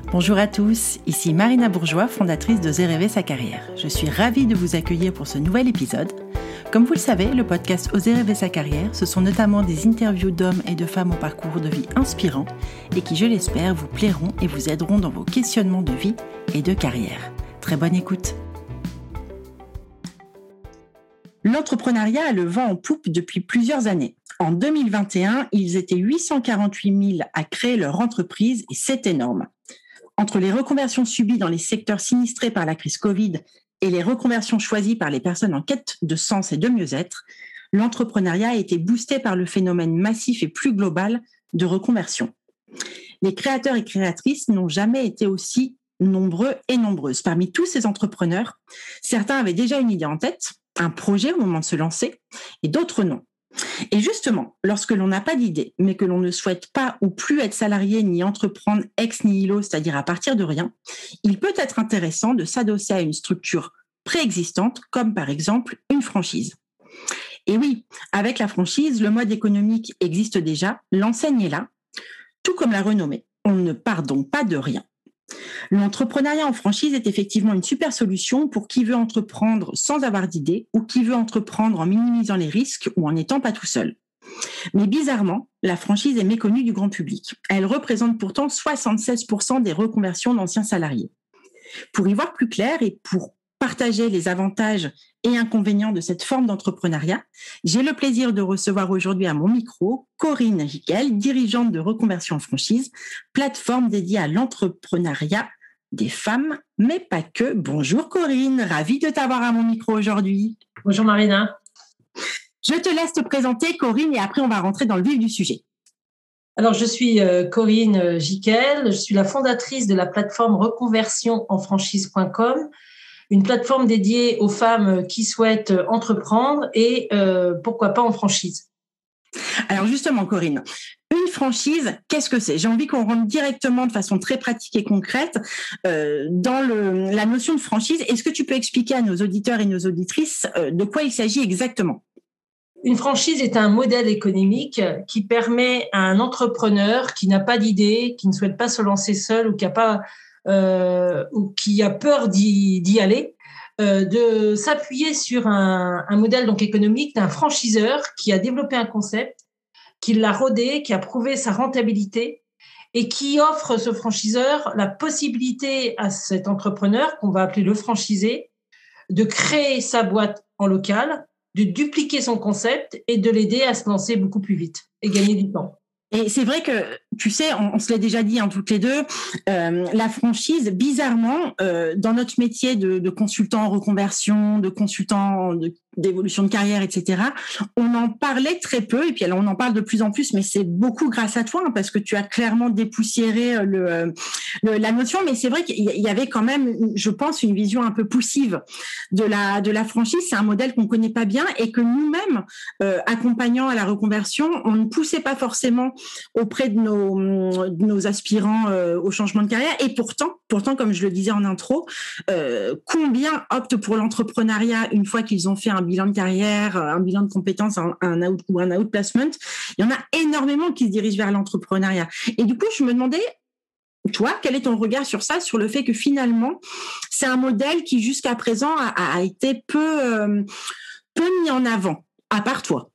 Bonjour à tous, ici Marina Bourgeois, fondatrice d'Oser rêver sa carrière. Je suis ravie de vous accueillir pour ce nouvel épisode. Comme vous le savez, le podcast Oser rêver sa carrière, ce sont notamment des interviews d'hommes et de femmes au parcours de vie inspirant et qui, je l'espère, vous plairont et vous aideront dans vos questionnements de vie et de carrière. Très bonne écoute. L'entrepreneuriat a le vent en poupe depuis plusieurs années. En 2021, ils étaient 848 000 à créer leur entreprise et c'est énorme. Entre les reconversions subies dans les secteurs sinistrés par la crise Covid et les reconversions choisies par les personnes en quête de sens et de mieux-être, l'entrepreneuriat a été boosté par le phénomène massif et plus global de reconversion. Les créateurs et créatrices n'ont jamais été aussi nombreux et nombreuses. Parmi tous ces entrepreneurs, certains avaient déjà une idée en tête, un projet au moment de se lancer, et d'autres non. Et justement, lorsque l'on n'a pas d'idée, mais que l'on ne souhaite pas ou plus être salarié ni entreprendre ex nihilo, c'est-à-dire à partir de rien, il peut être intéressant de s'adosser à une structure préexistante, comme par exemple une franchise. Et oui, avec la franchise, le mode économique existe déjà, l'enseigne est là, tout comme la renommée. On ne part donc pas de rien. L'entrepreneuriat en franchise est effectivement une super solution pour qui veut entreprendre sans avoir d'idée ou qui veut entreprendre en minimisant les risques ou en n'étant pas tout seul. Mais bizarrement, la franchise est méconnue du grand public. Elle représente pourtant 76% des reconversions d'anciens salariés. Pour y voir plus clair et pour partager les avantages et inconvénients de cette forme d'entrepreneuriat, j'ai le plaisir de recevoir aujourd'hui à mon micro Corinne Giquel, dirigeante de Reconversion en franchise, plateforme dédiée à l'entrepreneuriat des femmes, mais pas que. Bonjour Corinne, ravie de t'avoir à mon micro aujourd'hui. Bonjour Marina. Je te laisse te présenter Corinne et après on va rentrer dans le vif du sujet. Alors je suis Corinne Giquel, je suis la fondatrice de la plateforme reconversionenfranchise.com, une plateforme dédiée aux femmes qui souhaitent entreprendre et pourquoi pas en franchise. Alors justement Corinne, une franchise, qu'est-ce que c'est ? J'ai envie qu'on rentre directement de façon très pratique et concrète dans la notion de franchise. Est-ce que tu peux expliquer à nos auditeurs et nos auditrices de quoi il s'agit exactement ? Une franchise est un modèle économique qui permet à un entrepreneur qui n'a pas d'idée, qui ne souhaite pas se lancer seul ou qui a peur d'y aller, de s'appuyer sur un modèle donc économique d'un franchiseur qui a développé un concept, qui l'a rodé, qui a prouvé sa rentabilité et qui offre ce franchiseur la possibilité à cet entrepreneur, qu'on va appeler le franchisé, de créer sa boîte en local, de dupliquer son concept et de l'aider à se lancer beaucoup plus vite et gagner du temps. Et c'est vrai que, tu sais, on se l'a déjà dit toutes les deux, la franchise, bizarrement, dans notre métier de consultant en reconversion, de consultant d'évolution de carrière, etc., on en parlait très peu, et puis alors on en parle de plus en plus, mais c'est beaucoup grâce à toi, parce que tu as clairement dépoussiéré la notion, mais c'est vrai qu'il y avait quand même, je pense, une vision un peu poussive de la franchise. C'est un modèle qu'on connaît pas bien et que nous-mêmes, accompagnant à la reconversion, on ne poussait pas forcément auprès de nos aspirants au changement de carrière. Et pourtant, comme je le disais en intro, combien optent pour l'entrepreneuriat une fois qu'ils ont fait un bilan de carrière, un bilan de compétences, un out placement. Il y en a énormément qui se dirigent vers l'entrepreneuriat. Et du coup, je me demandais, toi, quel est ton regard sur ça, sur le fait que finalement, c'est un modèle qui jusqu'à présent a été peu mis en avant, à part toi.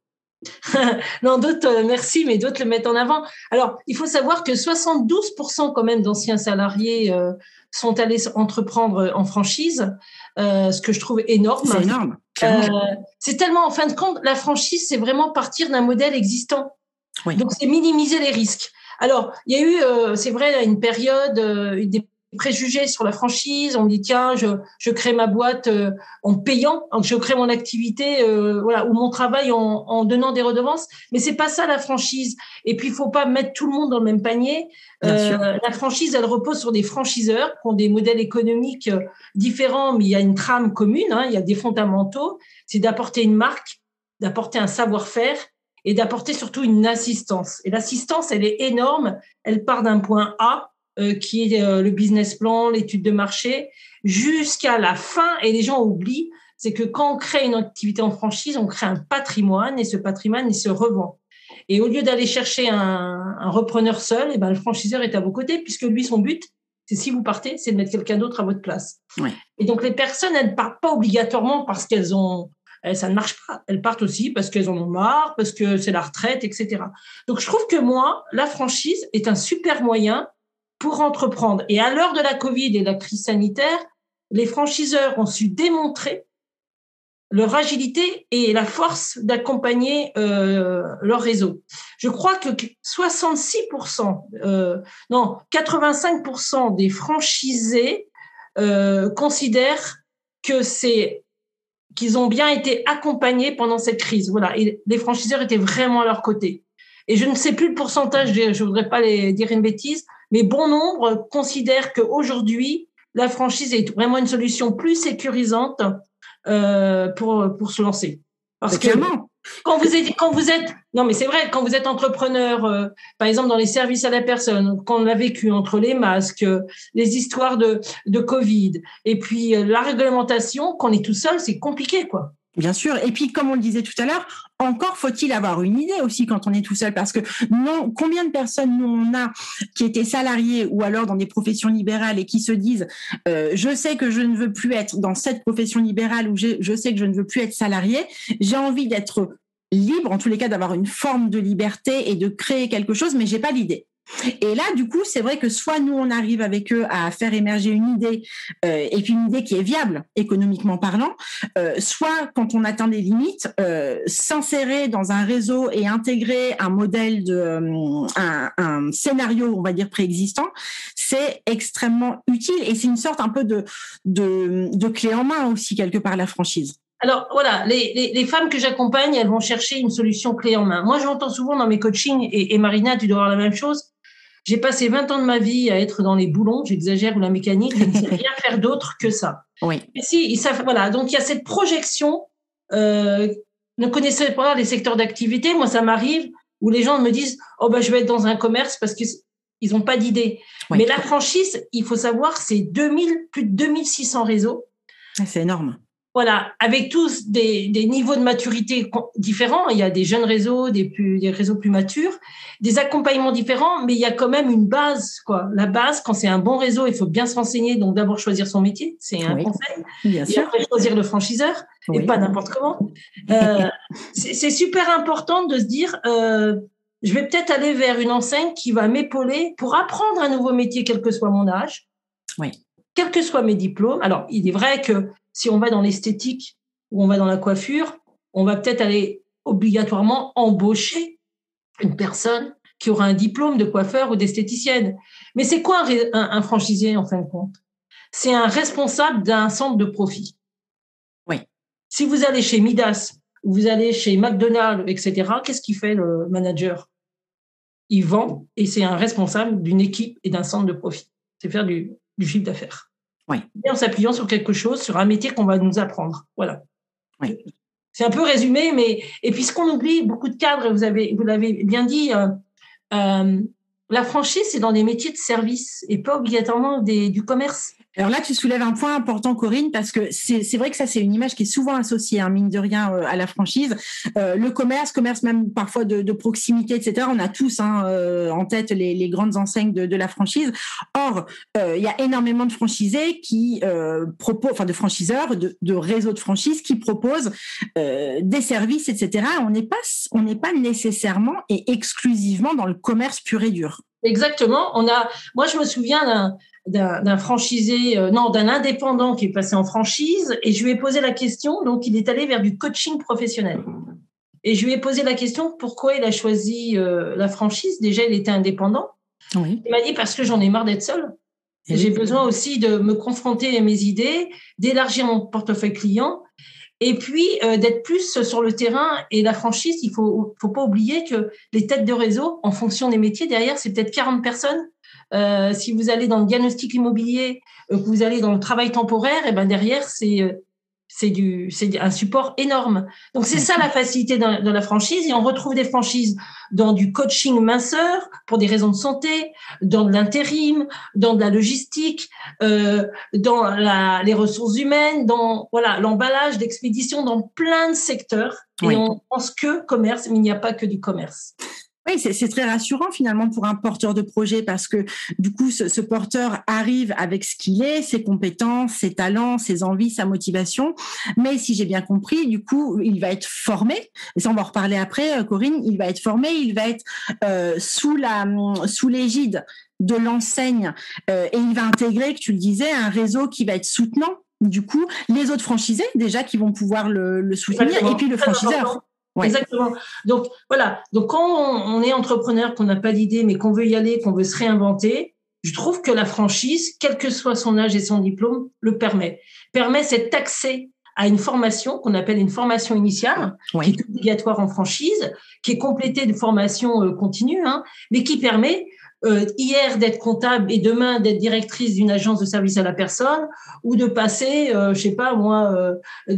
Non, d'autres, merci, mais d'autres le mettent en avant. Alors, il faut savoir que 72% quand même d'anciens salariés sont allés entreprendre en franchise, ce que je trouve énorme. C'est énorme. C'est tellement, en fin de compte, la franchise, c'est vraiment partir d'un modèle existant. Oui. Donc, c'est minimiser les risques. Alors, il y a eu, c'est vrai, une période, des préjugés sur la franchise. On me dit, tiens, je crée ma boîte en payant, donc je crée mon activité ou mon travail en donnant des redevances. Mais c'est pas ça la franchise. Et puis, il faut pas mettre tout le monde dans le même panier. La franchise, elle repose sur des franchiseurs qui ont des modèles économiques différents, mais il y a une trame commune, il y a des fondamentaux. C'est d'apporter une marque, d'apporter un savoir-faire et d'apporter surtout une assistance. Et l'assistance, elle est énorme. Elle part d'un point A, qui est le business plan, l'étude de marché, jusqu'à la fin. Et les gens oublient, c'est que quand on crée une activité en franchise, on crée un patrimoine et ce patrimoine, il se revend. Et au lieu d'aller chercher un repreneur seul, le franchiseur est à vos côtés puisque lui, son but, C'est si vous partez, c'est de mettre quelqu'un d'autre à votre place. Ouais. Et donc, les personnes, elles ne partent pas obligatoirement parce ça ne marche pas. Elles partent aussi parce qu'elles en ont marre, parce que c'est la retraite, etc. Donc, je trouve que moi, la franchise est un super moyen pour entreprendre. Et à l'heure de la Covid et de la crise sanitaire, les franchiseurs ont su démontrer leur agilité et la force d'accompagner leur réseau. Je crois que 85% des franchisés considèrent qu'ils ont bien été accompagnés pendant cette crise. Voilà, et les franchiseurs étaient vraiment à leur côté. Et je ne sais plus le pourcentage, je voudrais pas dire une bêtise, mais bon nombre considèrent qu'aujourd'hui, la franchise est vraiment une solution plus sécurisante pour se lancer. Parce que quand vous êtes, non mais c'est vrai, quand vous êtes entrepreneur, par exemple dans les services à la personne, qu'on a vécu entre les masques, les histoires de Covid, et puis la réglementation, qu'on est tout seul, c'est compliqué, quoi. Bien sûr. Et puis, comme on le disait tout à l'heure, encore faut-il avoir une idée aussi quand on est tout seul, parce que non, combien de personnes nous on a qui étaient salariés ou alors dans des professions libérales et qui se disent je sais que je ne veux plus être dans cette profession libérale ou je sais que je ne veux plus être salarié, j'ai envie d'être libre, en tous les cas d'avoir une forme de liberté et de créer quelque chose, mais j'ai pas l'idée. Et là, du coup, c'est vrai que soit nous, on arrive avec eux à faire émerger une idée, et puis une idée qui est viable, économiquement parlant, soit quand on atteint des limites, s'insérer dans un réseau et intégrer un modèle un scénario, on va dire, préexistant, c'est extrêmement utile et c'est une sorte un peu de clé en main aussi, quelque part, la franchise. Alors voilà, les femmes que j'accompagne, elles vont chercher une solution clé en main. Moi, j'entends souvent dans mes coachings, et Marina, tu dois avoir la même chose, j'ai passé 20 ans de ma vie à être dans les boulons, j'exagère, ou la mécanique, je ne sais rien faire d'autre que ça. Oui. Et voilà, donc il y a cette projection, ne connaissez pas les secteurs d'activité, moi ça m'arrive, où les gens me disent « Oh ben je vais être dans un commerce parce qu'ils n'ont pas d'idée. Oui. » Mais la franchise, il faut savoir, c'est plus de 2600 réseaux. C'est énorme. Voilà, avec tous des niveaux de maturité différents. Il y a des jeunes réseaux, des réseaux plus matures, des accompagnements différents, mais il y a quand même une base, quoi. La base, quand c'est un bon réseau, il faut bien se renseigner. Donc d'abord choisir son métier, c'est un conseil. Bien sûr. Et après choisir le franchiseur, et pas n'importe comment. C'est super important de se dire, je vais peut-être aller vers une enseigne qui va m'épauler pour apprendre un nouveau métier, quel que soit mon âge, quels que soient mes diplômes. Alors, il est vrai que si on va dans l'esthétique ou on va dans la coiffure, on va peut-être aller obligatoirement embaucher une personne qui aura un diplôme de coiffeur ou d'esthéticienne. Mais c'est quoi un franchisé, en fin de compte? C'est un responsable d'un centre de profit. Oui. Si vous allez chez Midas ou vous allez chez McDonald's, etc., qu'est-ce qu'il fait le manager? Il vend et c'est un responsable d'une équipe et d'un centre de profit. C'est faire du chiffre d'affaires. Oui. Et en s'appuyant sur quelque chose, sur un métier qu'on va nous apprendre. Voilà. Oui. C'est un peu résumé, mais et puis ce qu'on oublie, beaucoup de cadres, vous l'avez bien dit, la franchise, c'est dans des métiers de service et pas obligatoirement du commerce. Alors là, tu soulèves un point important, Corinne, parce que c'est vrai que ça, c'est une image qui est souvent associée, mine de rien, à la franchise. Le commerce même parfois de proximité, etc. On a tous en tête les grandes enseignes de la franchise. Or, il y a énormément de franchisés qui proposent, enfin de franchiseurs, de réseaux de franchise qui proposent des services, etc. On n'est pas nécessairement et exclusivement dans le commerce pur et dur. Exactement. Moi, je me souviens d'un franchisé, d'un indépendant qui est passé en franchise, et je lui ai posé la question, donc il est allé vers du coaching professionnel. Et je lui ai posé la question pourquoi il a choisi la franchise. Déjà, il était indépendant. Oui. Il m'a dit parce que j'en ai marre d'être seul. Et j'ai besoin aussi de me confronter à mes idées, d'élargir mon portefeuille client, et puis d'être plus sur le terrain. Et la franchise, il faut pas oublier que les têtes de réseau, en fonction des métiers, derrière, c'est peut-être 40 personnes. Si vous allez dans le diagnostic immobilier, que vous allez dans le travail temporaire, et ben derrière c'est un support énorme. Donc c'est ça la facilité de la franchise. Et on retrouve des franchises dans du coaching minceur pour des raisons de santé, dans de l'intérim, dans de la logistique, dans les ressources humaines, dans l'emballage, l'expédition, dans plein de secteurs. Et on pense que commerce, mais il n'y a pas que du commerce. Oui, c'est très rassurant finalement pour un porteur de projet parce que du coup, ce porteur arrive avec ce qu'il est, ses compétences, ses talents, ses envies, sa motivation. Mais si j'ai bien compris, du coup, il va être formé. Et ça, on va en reparler après, Corinne. Il va être formé, il va être sous l'égide de l'enseigne et il va intégrer, que tu le disais, un réseau qui va être soutenant. Du coup, les autres franchisés déjà qui vont pouvoir le soutenir. Exactement. Et puis le franchiseur. Ouais. Exactement. Donc voilà. Donc quand on est entrepreneur, qu'on n'a pas d'idée, mais qu'on veut y aller, qu'on veut se réinventer, je trouve que la franchise, quel que soit son âge et son diplôme, le permet cet accès à une formation qu'on appelle une formation initiale, qui est obligatoire en franchise, qui est complétée de formation continue, mais qui permet hier d'être comptable et demain d'être directrice d'une agence de service à la personne, ou de passer, je sais pas moi,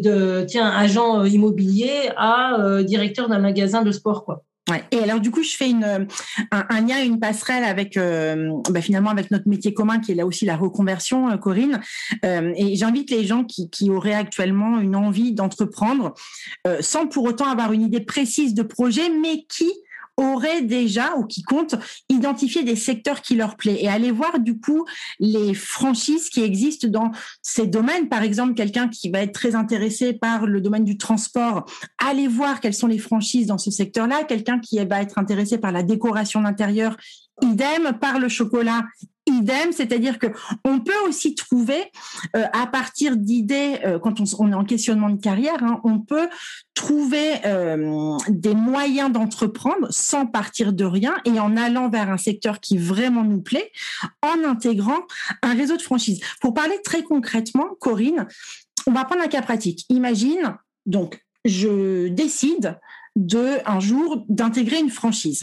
agent immobilier à directeur d'un magasin de sport, quoi. Ouais. Et alors du coup, je fais un lien, une passerelle avec finalement avec notre métier commun qui est là aussi la reconversion, Corinne. Et j'invite les gens qui auraient actuellement une envie d'entreprendre, sans pour autant avoir une idée précise de projet, mais qui auraient déjà ou qui comptent identifier des secteurs qui leur plaisent et aller voir du coup les franchises qui existent dans ces domaines. Par exemple, quelqu'un qui va être très intéressé par le domaine du transport, aller voir quelles sont les franchises dans ce secteur-là. Quelqu'un qui va être intéressé par la décoration d'intérieur, idem, par le chocolat, idem, c'est-à-dire que on peut aussi trouver à partir d'idées quand on est en questionnement de carrière, on peut trouver des moyens d'entreprendre sans partir de rien et en allant vers un secteur qui vraiment nous plaît, en intégrant un réseau de franchises. Pour parler très concrètement, Corinne, on va prendre un cas pratique. Imagine, donc, je décide un jour d'intégrer une franchise.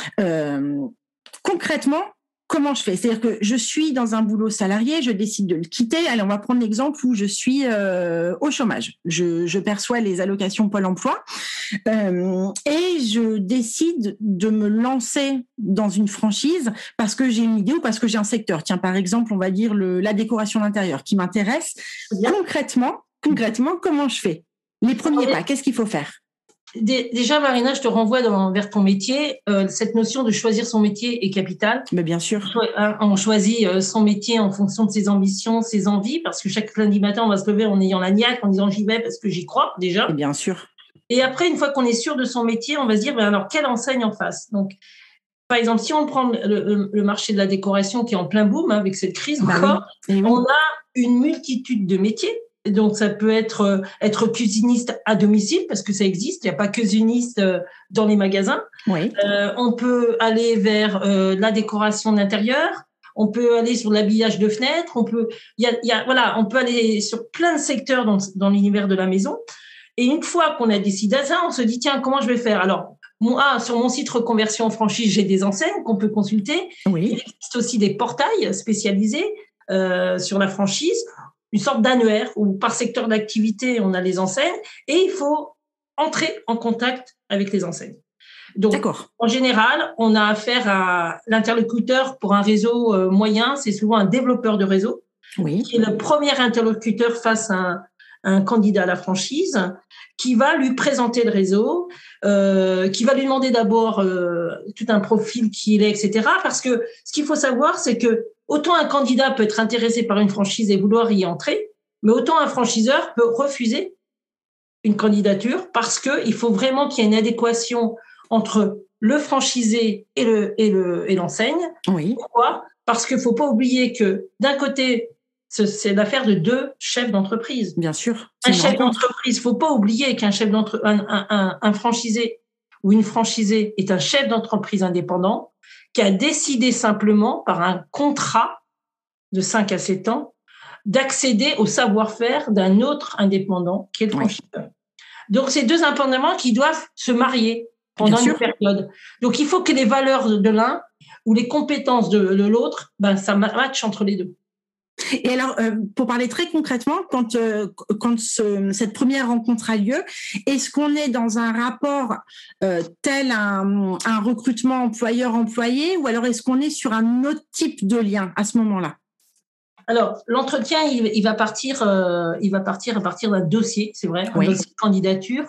Concrètement, comment je fais? C'est-à-dire que je suis dans un boulot salarié, je décide de le quitter. Allez, on va prendre l'exemple où je suis au chômage. Je perçois les allocations Pôle emploi et je décide de me lancer dans une franchise parce que j'ai une idée ou parce que j'ai un secteur. Tiens, par exemple, on va dire la décoration d'intérieur qui m'intéresse. Concrètement, comment je fais? Les premiers pas, qu'est-ce qu'il faut faire? Déjà, Marina, je te renvoie vers ton métier. Cette notion de choisir son métier est capitale. Mais bien sûr. On choisit son métier en fonction de ses ambitions, ses envies, parce que chaque lundi matin, on va se lever en ayant la niaque, en disant j'y vais parce que j'y crois déjà. Et bien sûr. Et après, une fois qu'on est sûr de son métier, on va se dire, alors, quelle enseigne en face? Donc, par exemple, si on prend le marché de la décoration qui est en plein boom avec cette crise encore, on a une multitude de métiers. Donc, ça peut être cuisiniste à domicile, parce que ça existe. Il n'y a pas cuisiniste dans les magasins. Oui. On peut aller vers la décoration d'intérieur. On peut aller sur l'habillage de fenêtres. On peut aller sur plein de secteurs dans l'univers de la maison. Et une fois qu'on a décidé ça, on se dit, tiens, comment je vais faire? Alors, moi, sur mon site Reconversion franchise, j'ai des enseignes qu'on peut consulter. Oui. Il existe aussi des portails spécialisés sur la franchise, une sorte d'annuaire où par secteur d'activité, on a les enseignes et il faut entrer en contact avec les enseignes. Donc, d'accord. En général, on a affaire à l'interlocuteur pour un réseau moyen, c'est souvent un développeur de réseau, qui est le premier interlocuteur face à un candidat à la franchise, qui va lui présenter le réseau, qui va lui demander d'abord tout un profil qui il est, etc. Parce que ce qu'il faut savoir, c'est que autant un candidat peut être intéressé par une franchise et vouloir y entrer, mais autant un franchiseur peut refuser une candidature parce qu'il faut vraiment qu'il y ait une adéquation entre le franchisé et l'enseigne. Oui. Pourquoi? Parce qu'il ne faut pas oublier que d'un côté, c'est l'affaire de deux chefs d'entreprise. Bien sûr. Un chef d'entreprise, il ne faut pas oublier qu'un chef un franchisé ou une franchisée est un chef d'entreprise indépendant qui a décidé simplement par un contrat de 5 à 7 ans d'accéder au savoir-faire d'un autre indépendant qui est le franchiseur. Donc, c'est deux indépendants qui doivent se marier pendant une période. Donc, il faut que les valeurs de l'un ou les compétences de l'autre, ça matche entre les deux. Et alors, pour parler très concrètement, quand cette première rencontre a lieu, est-ce qu'on est dans un rapport tel un recrutement employeur-employé ou alors est-ce qu'on est sur un autre type de lien à ce moment-là? Alors, l'entretien, il va partir à partir d'un dossier, c'est vrai, un dossier de candidature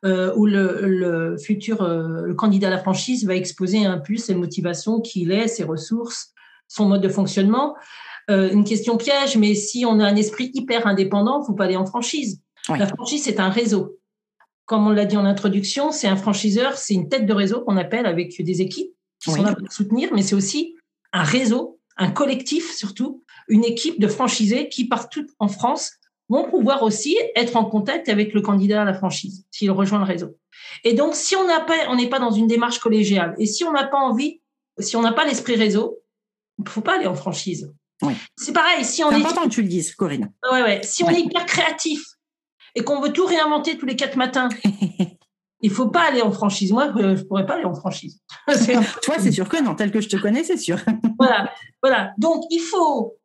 où le futur le candidat à la franchise va exposer un peu ses motivations, qui il est, ses ressources, son mode de fonctionnement. Une question piège, mais si on a un esprit hyper indépendant, il ne faut pas aller en franchise. Oui. La franchise, c'est un réseau. Comme on l'a dit en introduction, c'est un franchiseur, c'est une tête de réseau qu'on appelle, avec des équipes qui sont là pour soutenir, mais c'est aussi un réseau, un collectif surtout, une équipe de franchisés qui, partout en France, vont pouvoir aussi être en contact avec le candidat à la franchise, s'il rejoint le réseau. Et donc, si on n'est pas dans une démarche collégiale, et si on n'a pas envie, si on n'a pas l'esprit réseau, il ne faut pas aller en franchise. Oui. C'est pareil, si on c'est important que tu le dises, Corinne. Si on est hyper créatif et qu'on veut tout réinventer tous les 4 matins, il ne faut pas aller en franchise. Moi, je ne pourrais pas aller en franchise. Toi, c'est sûr que non. Tel que je te connais, c'est sûr. Voilà. Donc, il faut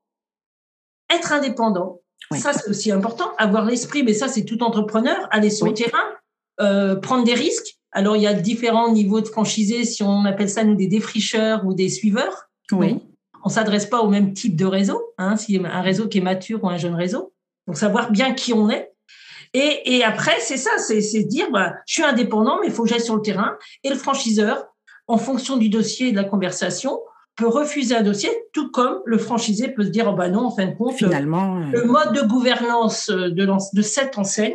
être indépendant. Oui. Ça, c'est aussi important. Avoir l'esprit, mais ça, c'est tout entrepreneur. Aller sur le terrain, prendre des risques. Alors, il y a différents niveaux de franchisés, si on appelle ça, nous, des défricheurs ou des suiveurs. Oui. Donc, on ne s'adresse pas au même type de réseau, s'il y a un réseau qui est mature ou un jeune réseau. Donc, savoir bien qui on est. Et après, c'est ça, c'est dire, je suis indépendant, mais il faut que j'aille sur le terrain. Et le franchiseur, en fonction du dossier et de la conversation, peut refuser un dossier, tout comme le franchisé peut se dire, non, en fin de compte, finalement, le mode de gouvernance de cette enseigne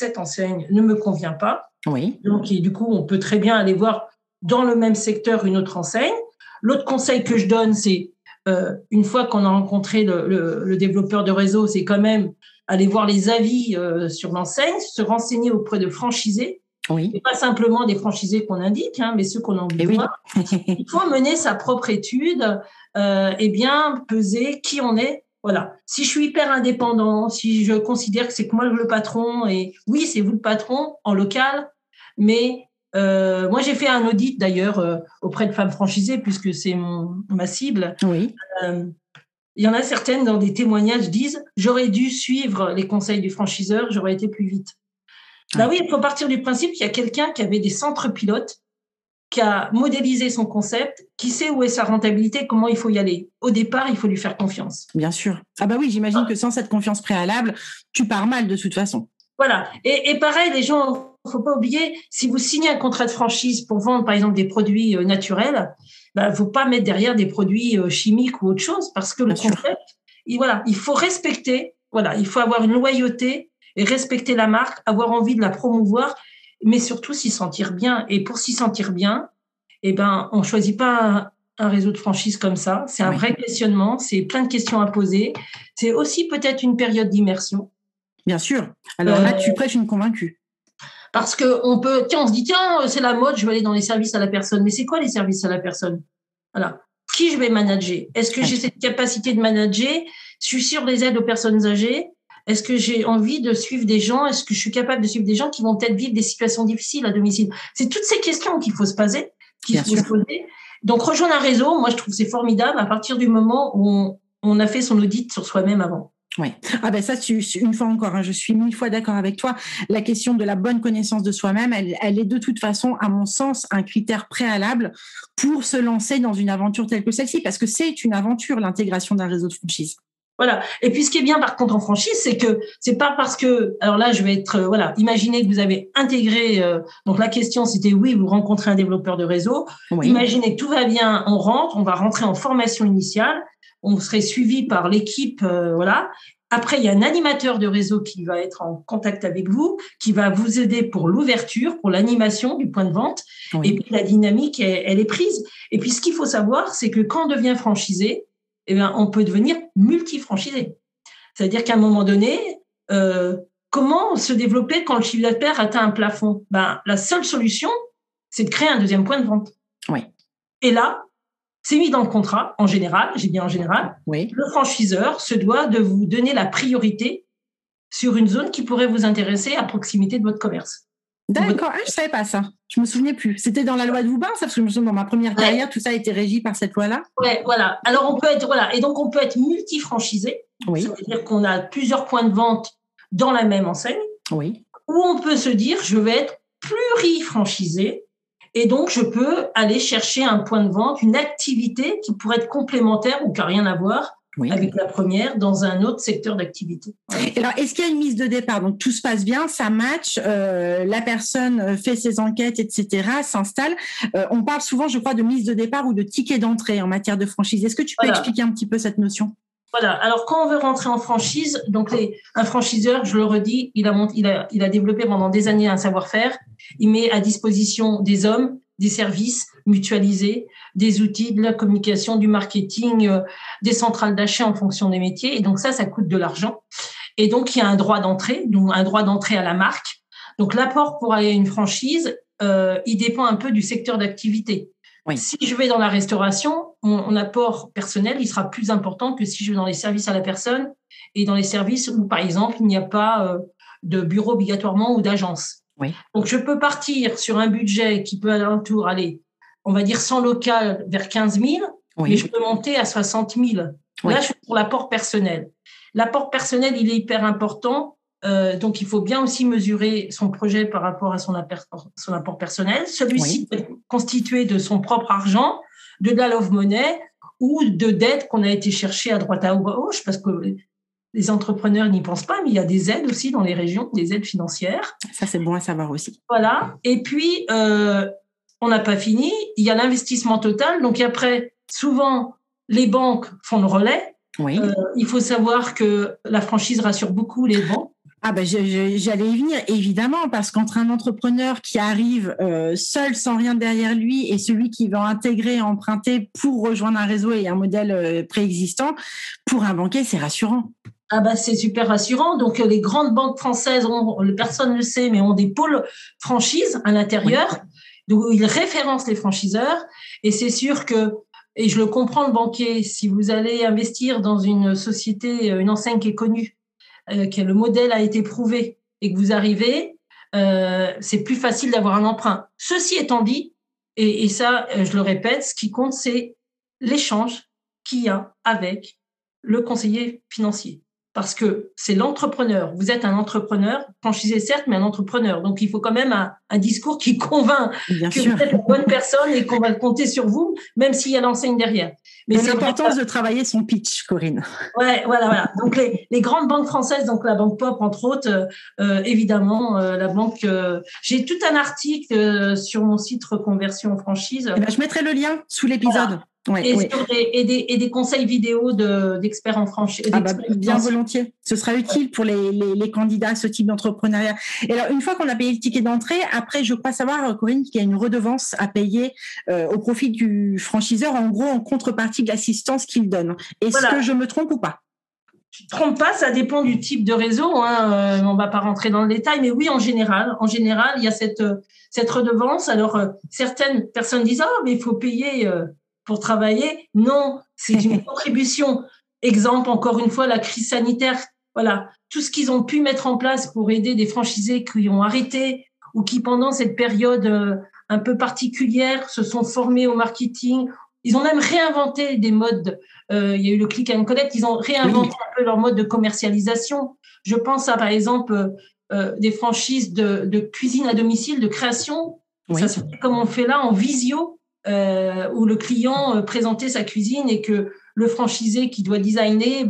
ne me convient pas. Oui. Donc, et du coup, on peut très bien aller voir dans le même secteur une autre enseigne. L'autre conseil que je donne, c'est une fois qu'on a rencontré le développeur de réseau, c'est quand même aller voir les avis sur l'enseigne, se renseigner auprès de franchisés, et pas simplement des franchisés qu'on indique, mais ceux qu'on a envie de voir. Il faut mener sa propre étude et bien peser qui on est. Voilà. Si je suis hyper indépendant, si je considère que c'est que moi le patron, et oui, c'est vous le patron en local, mais moi, j'ai fait un audit d'ailleurs auprès de femmes franchisées puisque c'est ma cible. Oui. Il y en a certaines dans des témoignages disent « J'aurais dû suivre les conseils du franchiseur, j'aurais été plus vite. » Oui, il faut partir du principe qu'il y a quelqu'un qui avait des centres pilotes, qui a modélisé son concept, qui sait où est sa rentabilité, comment il faut y aller. Au départ, il faut lui faire confiance. Bien sûr. Oui, j'imagine que sans cette confiance préalable, tu pars mal de toute façon. Voilà. Et pareil, les gens, il ne faut pas oublier, si vous signez un contrat de franchise pour vendre, par exemple, des produits naturels, il ne faut pas mettre derrière des produits chimiques ou autre chose, parce que le concept, il faut respecter, il faut avoir une loyauté et respecter la marque, avoir envie de la promouvoir, mais surtout s'y sentir bien. Et pour s'y sentir bien, on ne choisit pas un réseau de franchise comme ça. C'est un vrai questionnement, c'est plein de questions à poser. C'est aussi peut-être une période d'immersion. Bien sûr. Alors là, tu prêches une convaincue. Parce qu'on peut, on se dit, c'est la mode, je vais aller dans les services à la personne. Mais c'est quoi les services à la personne? Voilà. Qui je vais manager? Est-ce que j'ai cette capacité de manager? Je suis sur les aides aux personnes âgées. Est-ce que j'ai envie de suivre des gens? Est-ce que je suis capable de suivre des gens qui vont peut-être vivre des situations difficiles à domicile? C'est toutes ces questions qu'il faut se poser, se poser. Donc, rejoindre un réseau, moi, je trouve que c'est formidable à partir du moment où on a fait son audit sur soi-même avant. Oui. Ça, une fois encore, je suis 1000 fois d'accord avec toi. La question de la bonne connaissance de soi-même, elle est de toute façon, à mon sens, un critère préalable pour se lancer dans une aventure telle que celle-ci, parce que c'est une aventure, l'intégration d'un réseau de franchise. Voilà. Et puis, ce qui est bien, par contre, en franchise, c'est que c'est pas parce que, alors là, je vais être, imaginez que vous avez intégré, donc la question, c'était oui, vous rencontrez un développeur de réseau. Oui. Imaginez que tout va bien, on va rentrer en formation initiale. On serait suivi par l'équipe, Après, il y a un animateur de réseau qui va être en contact avec vous, qui va vous aider pour l'ouverture, pour l'animation du point de vente. Oui. Et puis, la dynamique, elle est prise. Et puis, ce qu'il faut savoir, c'est que quand on devient franchisé, on peut devenir multi-franchisé. C'est-à-dire qu'à un moment donné, comment se développer quand le chiffre d'affaires atteint un plafond? La seule solution, c'est de créer un deuxième point de vente. Oui. Et là, c'est mis dans le contrat, en général, j'ai bien en général, le franchiseur se doit de vous donner la priorité sur une zone qui pourrait vous intéresser à proximité de votre commerce. D'accord, je ne savais pas ça. Je ne me souvenais plus. C'était dans la loi de Voubin, ça, parce que je me souviens, dans ma première carrière, tout ça a été régi par cette loi-là. Oui, voilà. Alors, on peut être multi-franchisé. Oui. Ça veut dire qu'on a plusieurs points de vente dans la même enseigne. Oui. Ou on peut se dire, je vais être pluri-franchisé. Et donc, je peux aller chercher un point de vente, une activité qui pourrait être complémentaire ou qui n'a rien à voir avec la première dans un autre secteur d'activité. Alors, est-ce qu'il y a une mise de départ? Donc, tout se passe bien, ça match, la personne fait ses enquêtes, etc., s'installe. On parle souvent, je crois, de mise de départ ou de ticket d'entrée en matière de franchise. Est-ce que tu peux expliquer un petit peu cette notion? Voilà. Alors, quand on veut rentrer en franchise, donc un franchiseur, je le redis, il a développé pendant des années un savoir-faire. Il met à disposition des hommes, des services mutualisés, des outils, de la communication, du marketing, des centrales d'achat en fonction des métiers. Et donc ça coûte de l'argent. Et donc, il y a un droit d'entrée, donc un droit d'entrée à la marque. Donc, l'apport pour aller à une franchise, il dépend un peu du secteur d'activité. Oui. Si je vais dans la restauration, mon apport personnel, il sera plus important que si je vais dans les services à la personne et dans les services où, par exemple, il n'y a pas de bureau obligatoirement ou d'agence. Oui. Donc, je peux partir sur un budget qui peut aller, on va dire, sans local vers 15 000, oui. Mais je peux monter à 60 000. Oui. Là, je suis pour l'apport personnel. L'apport personnel, il est hyper important. Donc, il faut bien aussi mesurer son projet par rapport à son apport personnel. Celui-ci peut être constitué de son propre argent, de la love money ou de dettes qu'on a été chercher à droite à gauche, parce que les entrepreneurs n'y pensent pas, mais il y a des aides aussi dans les régions, des aides financières. Ça, c'est bon à savoir aussi. Voilà. Et puis, on n'a pas fini. Il y a l'investissement total. Donc, après, souvent, les banques font le relais. Oui. Il faut savoir que la franchise rassure beaucoup les banques. Ah ben j'allais y venir évidemment, parce qu'entre un entrepreneur qui arrive seul sans rien derrière lui et celui qui va intégrer, emprunter pour rejoindre un réseau et un modèle préexistant, pour un banquier c'est rassurant. Ah ben c'est super rassurant. Donc les grandes banques françaises, personne ne le sait, mais ont des pôles franchises à l'intérieur, oui. Donc ils référencent les franchiseurs, et c'est sûr que, et je le comprends le banquier, si vous allez investir dans une société, une enseigne qui est connue, que le modèle a été prouvé et que vous arrivez, c'est plus facile d'avoir un emprunt. Ceci étant dit, et ça, je le répète, ce qui compte, c'est l'échange qu'il y a avec le conseiller financier. Parce que c'est l'entrepreneur. Vous êtes un entrepreneur, franchisé certes, mais un entrepreneur. Donc, il faut quand même un discours qui convainc que vous êtes une bonne personne et qu'on va compter sur vous, même s'il y a l'enseigne derrière. Mais c'est l'importance de travailler son pitch, Corinne. Ouais, voilà. Donc, les grandes banques françaises, donc la Banque Pop, entre autres, évidemment, la banque... j'ai tout un article sur mon site Reconversion en franchise. Je mettrai le lien sous l'épisode. Voilà. Ouais, et des conseils vidéo d'experts en franchise. Bien volontiers. Ce sera utile pour les candidats à ce type d'entrepreneuriat. Et alors, une fois qu'on a payé le ticket d'entrée, après, je crois savoir, Corinne, qu'il y a une redevance à payer au profit du franchiseur, en gros, en contrepartie de l'assistance qu'il donne. Est-ce que je me trompe ou pas? Tu te trompes pas, ça dépend du type de réseau. On va pas rentrer dans le détail, mais oui, en général, il y a cette redevance. Alors, certaines personnes disent mais il faut payer pour travailler. Non, c'est une contribution. Exemple, encore une fois, la crise sanitaire. Voilà, tout ce qu'ils ont pu mettre en place pour aider des franchisés qui ont arrêté ou qui, pendant cette période un peu particulière, se sont formés au marketing. Ils ont même réinventé des modes. Il y a eu le click and collect. Ils ont réinventé un peu leur mode de commercialisation. Je pense à, par exemple, des franchises de cuisine à domicile, de création. Oui. Ça se fait comme on fait là, en visio, où le client présentait sa cuisine et que le franchisé qui doit designer,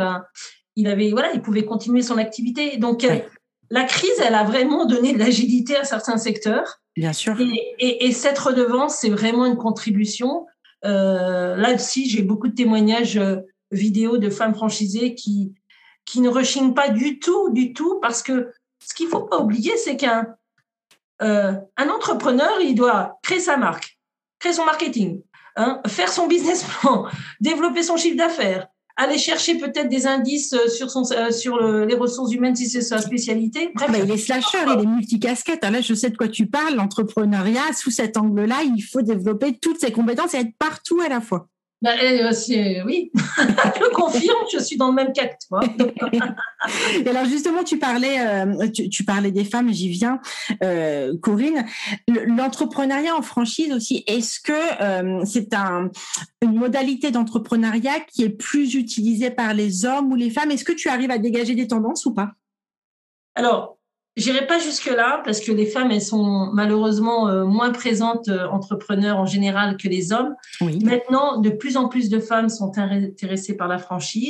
il pouvait continuer son activité. Donc, la crise, elle a vraiment donné de l'agilité à certains secteurs. Bien sûr. Et cette redevance, c'est vraiment une contribution. Là aussi, j'ai beaucoup de témoignages vidéo de femmes franchisées qui ne rechignent pas du tout, parce que ce qu'il faut pas oublier, c'est qu'un entrepreneur, il doit créer sa marque, créer son marketing, faire son business plan, développer son chiffre d'affaires, aller chercher peut-être des indices sur les ressources humaines si c'est sa spécialité. Bref, il est slasher, il est multicasquette. Là, je sais de quoi tu parles. L'entrepreneuriat, sous cet angle-là, il faut développer toutes ses compétences et être partout à la fois. Oui, je le confirme, je suis dans le même cas que toi. Et alors justement, tu parlais des femmes, j'y viens, Corinne. L'entrepreneuriat en franchise aussi, est-ce que c'est une modalité d'entrepreneuriat qui est plus utilisée par les hommes ou les femmes? Est-ce que tu arrives à dégager des tendances ou pas? Alors, j'irai pas jusque-là parce que les femmes, elles sont malheureusement moins présentes entrepreneurs en général que les hommes. Oui. Maintenant, de plus en plus de femmes sont intéressées par la franchise.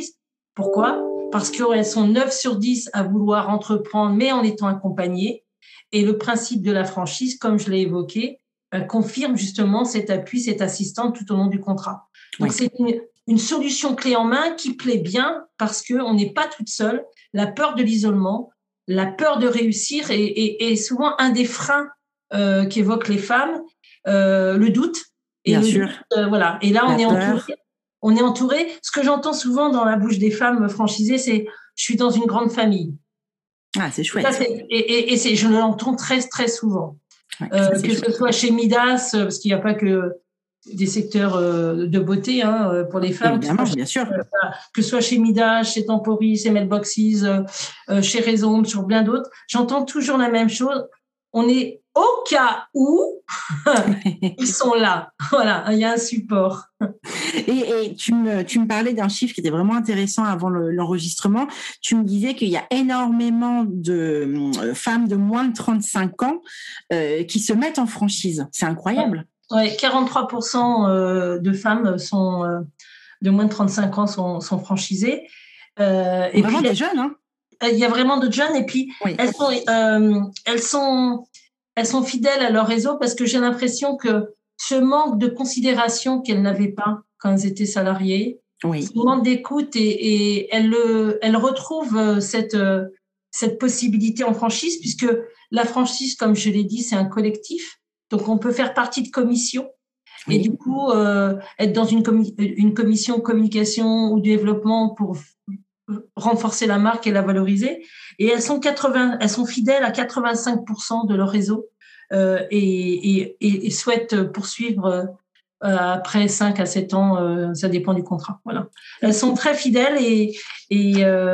Pourquoi ? Parce qu'elles sont 9 sur 10 à vouloir entreprendre, mais en étant accompagnées. Et le principe de la franchise, comme je l'ai évoqué, confirme justement cet appui, cette assistante tout au long du contrat. Donc, c'est une solution clé en main qui plaît bien parce qu'on n'est pas toute seule. La peur de l'isolement, la peur de réussir est souvent un des freins qu'évoquent les femmes, le doute. Et bien sûr. Voilà. Et là, on est entouré. Ce que j'entends souvent dans la bouche des femmes franchisées, c'est « je suis dans une grande famille ». Ah, c'est chouette. Ça, je l'entends très, très souvent. Ouais, que ce soit chez Midas, parce qu'il n'y a pas que des secteurs de beauté pour les femmes. Évidemment, bien sûr. Que ce soit chez Midas, chez Temporis, chez Mailboxes, chez Raison, sur bien d'autres. J'entends toujours la même chose. On est au cas où ils sont là. Voilà, il y a un support. Et tu me parlais d'un chiffre qui était vraiment intéressant avant l'enregistrement. Tu me disais qu'il y a énormément de femmes de moins de 35 ans qui se mettent en franchise. C'est incroyable. Ouais, 43% de femmes de moins de 35 ans sont franchisées. Et vraiment des jeunes, hein. Il y a vraiment de jeunes et puis oui. elles sont fidèles à leur réseau parce que j'ai l'impression que ce manque de considération qu'elles n'avaient pas quand elles étaient salariées, ce manque d'écoute et elles retrouvent cette possibilité en franchise puisque la franchise, comme je l'ai dit, c'est un collectif. Donc, on peut faire partie de commission et du coup, être dans une commission communication ou développement pour renforcer la marque et la valoriser. Et elles sont fidèles à 85% de leur réseau et souhaitent poursuivre après 5 à 7 ans, ça dépend du contrat. Voilà. Elles sont très fidèles et il y a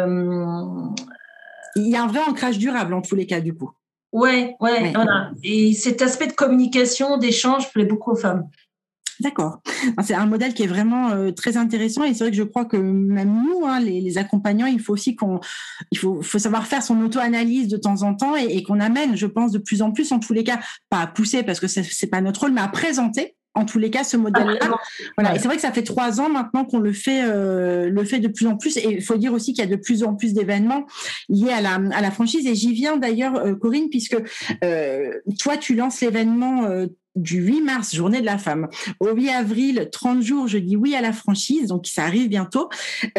un vrai ancrage durable en tous les cas, du coup. Ouais. Voilà. Et cet aspect de communication, d'échange plaît beaucoup aux femmes. D'accord. C'est un modèle qui est vraiment très intéressant et c'est vrai que je crois que même nous, les accompagnants, il faut aussi faut savoir faire son auto-analyse de temps en temps et qu'on amène, je pense, de plus en plus, en tous les cas, pas à pousser parce que c'est pas notre rôle, mais à présenter. En tous les cas, ce modèle-là. Voilà. Et c'est vrai que ça fait 3 ans maintenant qu'on le fait de plus en plus. Et il faut dire aussi qu'il y a de plus en plus d'événements liés à la franchise. Et j'y viens d'ailleurs, Corinne, puisque toi, tu lances l'événement du 8 mars, journée de la femme, au 8 avril, 30 jours, je dis oui à la franchise, donc ça arrive bientôt,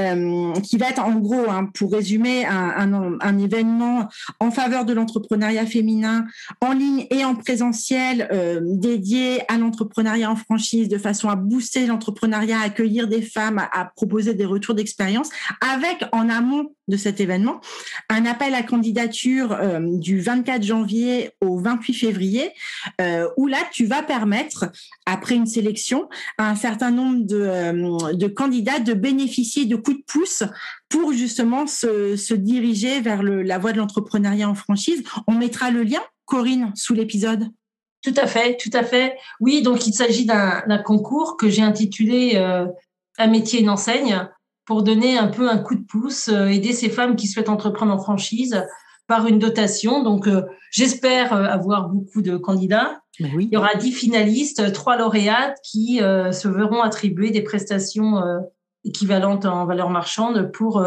qui va être en gros, pour résumer, un événement en faveur de l'entrepreneuriat féminin, en ligne et en présentiel, dédié à l'entrepreneuriat en franchise, de façon à booster l'entrepreneuriat, à accueillir des femmes, à proposer des retours d'expérience, avec en amont de cet événement, un appel à candidature du 24 janvier au 28 février, où là, tu vas permettre, après une sélection, à un certain nombre de candidats de bénéficier de coups de pouce pour justement se diriger vers la voie de l'entrepreneuriat en franchise. On mettra le lien, Corinne, sous l'épisode. Tout à fait. Oui, donc il s'agit d'un concours que j'ai intitulé Un métier, une enseigne, pour donner un peu un coup de pouce, aider ces femmes qui souhaitent entreprendre en franchise par une dotation. Donc, j'espère avoir beaucoup de candidats. Oui. Il y aura 10 finalistes, 3 lauréates qui se verront attribuer des prestations équivalentes en valeur marchande pour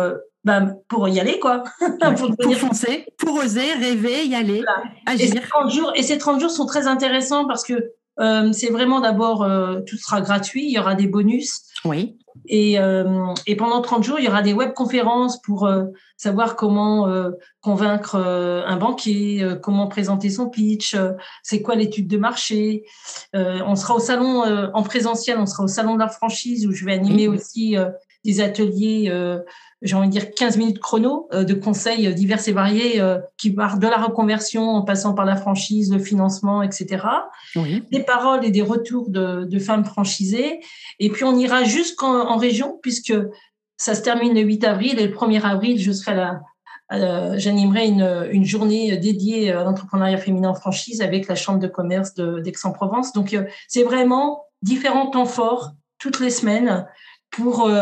y aller, quoi. pour foncer, pour oser, rêver, y aller, agir. Et ces 30 jours sont très intéressants parce que c'est vraiment d'abord, tout sera gratuit, il y aura des bonus. Oui. Et pendant 30 jours, il y aura des webconférences pour savoir comment convaincre un banquier, comment présenter son pitch, c'est quoi l'étude de marché. On sera au salon en présentiel, on sera au salon de la franchise où je vais animer aussi des ateliers, j'ai envie de dire 15 minutes chrono, de conseils divers et variés qui partent de la reconversion en passant par la franchise, le financement, etc. Oui. Des paroles et des retours de femmes franchisées. Et puis, on ira jusqu'en région puisque ça se termine le 8 avril et le 1er avril, je serai là. J'animerai une journée dédiée à l'entrepreneuriat féminin en franchise avec la Chambre de commerce d'Aix-en-Provence. Donc, c'est vraiment différents temps forts toutes les semaines pour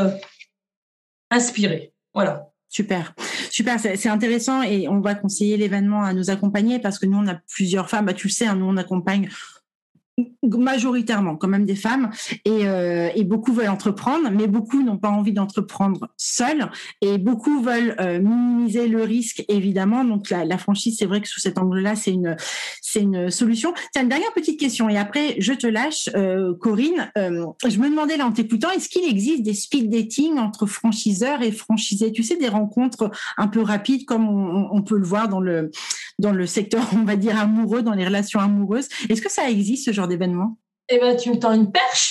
inspirer. Voilà. Super, c'est intéressant et on va conseiller l'événement à nos accompagnés parce que nous, on a plusieurs femmes. Tu le sais, nous, on accompagne majoritairement quand même des femmes, et beaucoup veulent entreprendre, mais beaucoup n'ont pas envie d'entreprendre seuls, et beaucoup veulent minimiser le risque, évidemment. Donc la franchise, c'est vrai que sous cet angle-là, c'est une solution. Tiens, une dernière petite question, et après je te lâche, Corinne. Je me demandais là en t'écoutant, est-ce qu'il existe des speed dating entre franchiseurs et franchisés? Tu sais, des rencontres un peu rapides comme on peut le voir dans le secteur, on va dire, amoureux, dans les relations amoureuses. Est-ce que ça existe, ce genre d'événement? Eh ben, tu me tends une perche.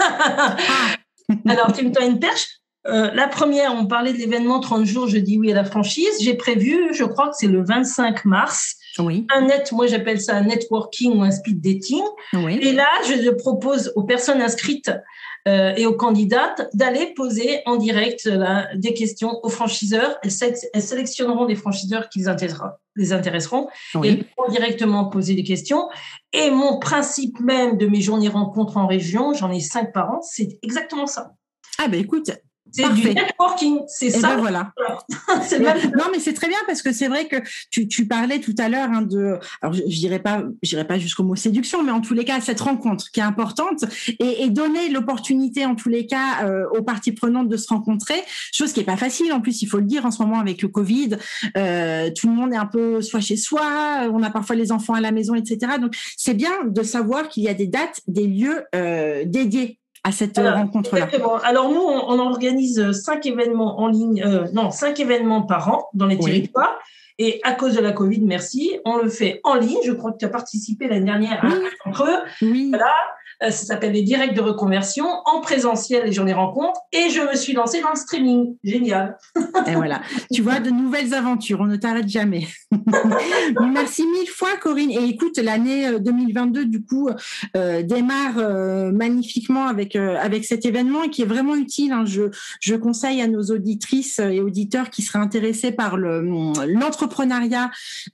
Alors, tu me tends une perche. La première, on parlait de l'événement 30 jours, je dis oui à la franchise. J'ai prévu, je crois que c'est le 25 mars, oui. Moi j'appelle ça un networking ou un speed dating. Oui. Et là, je propose aux personnes inscrites et aux candidates d'aller poser en direct des questions aux franchiseurs. Elles sélectionneront des franchiseurs qui les intéresseront, oui. Et elles pourront directement poser des questions. Et mon principe même de mes journées rencontres en région, j'en ai 5 par an, c'est exactement ça. Ah ben écoute, c'est parfait. Du networking, c'est ça. Ben voilà. C'est même... Non, mais c'est très bien, parce que c'est vrai que tu parlais tout à l'heure alors je dirais pas jusqu'au mot séduction, mais en tous les cas cette rencontre qui est importante, et donner l'opportunité en tous les cas aux parties prenantes de se rencontrer, chose qui est pas facile en plus, il faut le dire, en ce moment avec le Covid, tout le monde est un peu soit chez soi, on a parfois les enfants à la maison, etc. Donc c'est bien de savoir qu'il y a des dates, des lieux dédiés à cette rencontre-là. Exactement. Alors nous, on organise 5 événements en ligne, 5 événements par an dans les territoires. Et à cause de la Covid, merci, on le fait en ligne. Je crois que tu as participé l'année dernière à Creux. Oui. Voilà. Ça s'appelle les directs de reconversion, en présentiel, les journées rencontres. Et je me suis lancée dans le streaming. Génial. Et voilà. Tu vois, de nouvelles aventures. On ne t'arrête jamais. Merci 1000 fois, Corinne. Et écoute, l'année 2022, du coup, démarre magnifiquement avec cet événement, qui est vraiment utile. Hein. Je conseille à nos auditrices et auditeurs qui seraient intéressés par l'entrepreneuriat,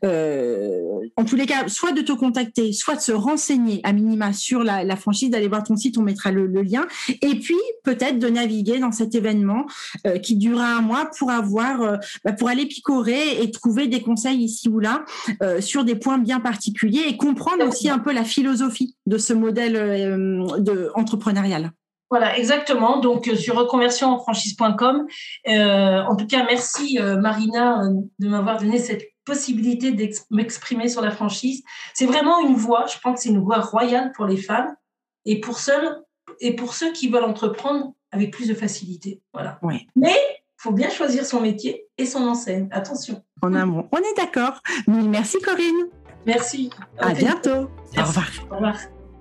en tous les cas, soit de te contacter, soit de se renseigner à minima sur la franchise, d'aller voir ton site, on mettra le lien, et puis peut-être de naviguer dans cet événement qui durera 1 mois pour aller picorer et trouver des conseils ici ou là sur des points bien particuliers, et comprendre aussi un peu la philosophie de ce modèle entrepreneurial. Voilà, exactement. Donc, sur reconversionfranchise.com. En tout cas, merci Marina de m'avoir donné cette possibilité de m'exprimer sur la franchise. C'est vraiment une voie, je pense que c'est une voie royale pour les femmes et pour ceux qui veulent entreprendre avec plus de facilité. Voilà. Oui. Mais il faut bien choisir son métier et son enseigne. Attention. On est d'accord. Merci Corinne. Merci. À bientôt. Merci. Au revoir. Au revoir.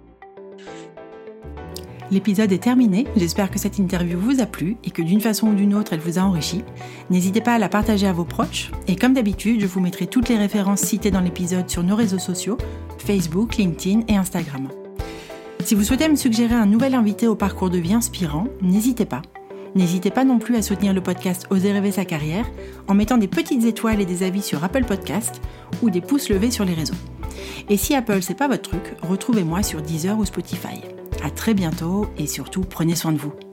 L'épisode est terminé, j'espère que cette interview vous a plu et que d'une façon ou d'une autre elle vous a enrichi. N'hésitez pas à la partager à vos proches, et comme d'habitude, je vous mettrai toutes les références citées dans l'épisode sur nos réseaux sociaux, Facebook, LinkedIn et Instagram. Si vous souhaitez me suggérer un nouvel invité au parcours de vie inspirant, n'hésitez pas. N'hésitez pas non plus à soutenir le podcast Oser rêver sa carrière en mettant des petites étoiles et des avis sur Apple Podcast ou des pouces levés sur les réseaux. Et si Apple c'est pas votre truc, retrouvez-moi sur Deezer ou Spotify. À très bientôt et surtout prenez soin de vous.